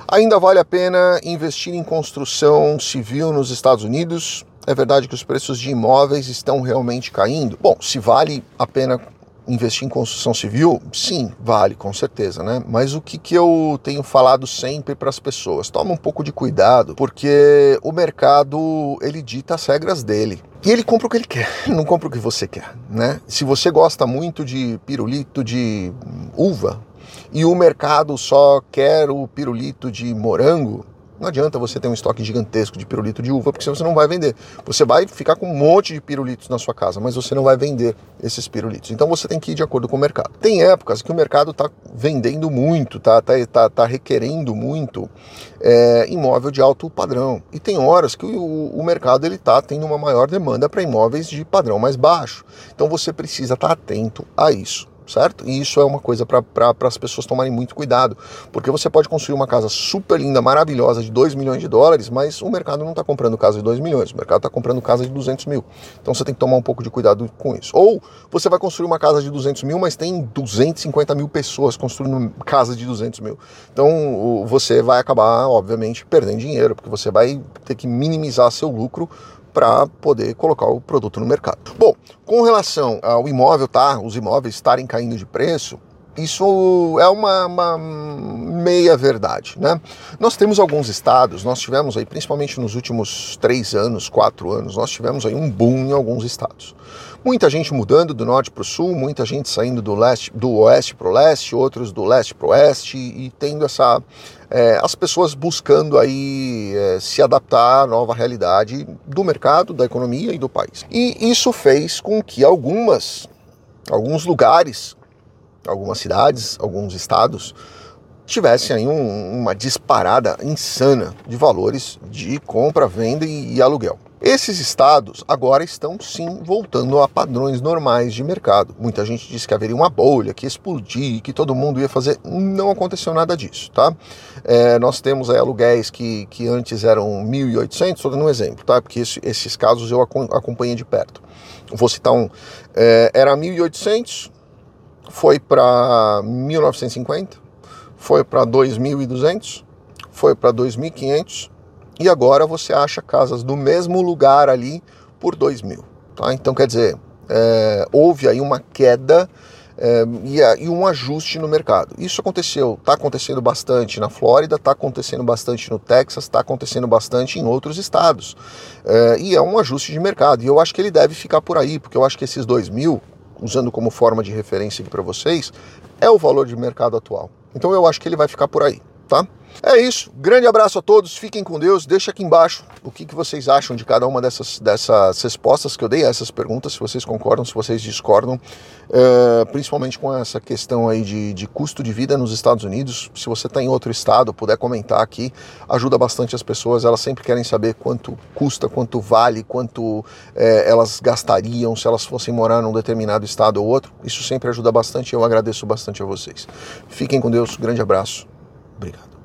Ainda vale a pena investir em construção civil nos Estados Unidos? É verdade que os preços de imóveis estão realmente caindo? Bom, se vale a pena investir em construção civil? Sim, vale, com certeza, né? Mas o que eu tenho falado sempre para as pessoas? Toma um pouco de cuidado, porque o mercado, ele dita as regras dele. E ele compra o que ele quer, não compra o que você quer, né? Se você gosta muito de pirulito de uva e o mercado só quer o pirulito de morango, não adianta você ter um estoque gigantesco de pirulito de uva, porque senão você não vai vender. Você vai ficar com um monte de pirulitos na sua casa, mas você não vai vender esses pirulitos. Então você tem que ir de acordo com o mercado. Tem épocas que o mercado está vendendo muito, tá requerendo muito imóvel de alto padrão. E tem horas que o mercado está tendo uma maior demanda para imóveis de padrão mais baixo. Então você precisa estar atento a isso. Certo? E isso é uma coisa para as pessoas tomarem muito cuidado, porque você pode construir uma casa super linda, maravilhosa, de 2 milhões de dólares, mas o mercado não está comprando casa de 2 milhões, o mercado está comprando casa de 200 mil. Então você tem que tomar um pouco de cuidado com isso. Ou você vai construir uma casa de 200 mil, mas tem 250 mil pessoas construindo casa de 200 mil. Então você vai acabar, obviamente, perdendo dinheiro, porque você vai ter que minimizar seu lucro para poder colocar o produto no mercado. Bom, com relação ao imóvel, os imóveis estarem caindo de preço, isso é uma meia verdade, né? Nós temos alguns estados, nós tivemos aí, principalmente nos últimos 3 anos, 4 anos, nós tivemos aí um boom em alguns estados. Muita gente mudando do norte para o sul, muita gente saindo do oeste para o leste, outros do leste para o oeste, e tendo as pessoas buscando aí se adaptar à nova realidade do mercado, da economia e do país. E isso fez com que alguns lugares, algumas cidades, alguns estados tivessem aí uma disparada insana de valores de compra, venda e aluguel. Esses estados agora estão sim voltando a padrões normais de mercado. Muita gente disse que haveria uma bolha, que ia explodir, que todo mundo ia fazer. Não aconteceu nada disso, tá? Nós temos aí aluguéis que antes eram 1.800, estou dando um exemplo, tá? Porque esses casos eu acompanhei de perto. Vou citar era 1.800, foi para 1.950, foi para 2.200, foi para 2.500, e agora você acha casas do mesmo lugar ali por 2.000. Tá? Então, quer dizer, houve aí uma queda e um ajuste no mercado. Isso está acontecendo bastante na Flórida, está acontecendo bastante no Texas, está acontecendo bastante em outros estados. E é um ajuste de mercado. E eu acho que ele deve ficar por aí, porque eu acho que esses 2.000, usando como forma de referência aqui para vocês, é o valor de mercado atual. Então eu acho que ele vai ficar por aí, tá? É isso, grande abraço a todos, fiquem com Deus, deixa aqui embaixo o que vocês acham de cada uma dessas respostas que eu dei a essas perguntas, se vocês concordam, se vocês discordam, principalmente com essa questão aí de custo de vida nos Estados Unidos. Se você está em outro estado, puder comentar aqui, ajuda bastante as pessoas, elas sempre querem saber quanto custa, quanto vale, quanto elas gastariam se elas fossem morar num determinado estado ou outro. Isso sempre ajuda bastante e eu agradeço bastante a vocês. Fiquem com Deus, grande abraço, obrigado.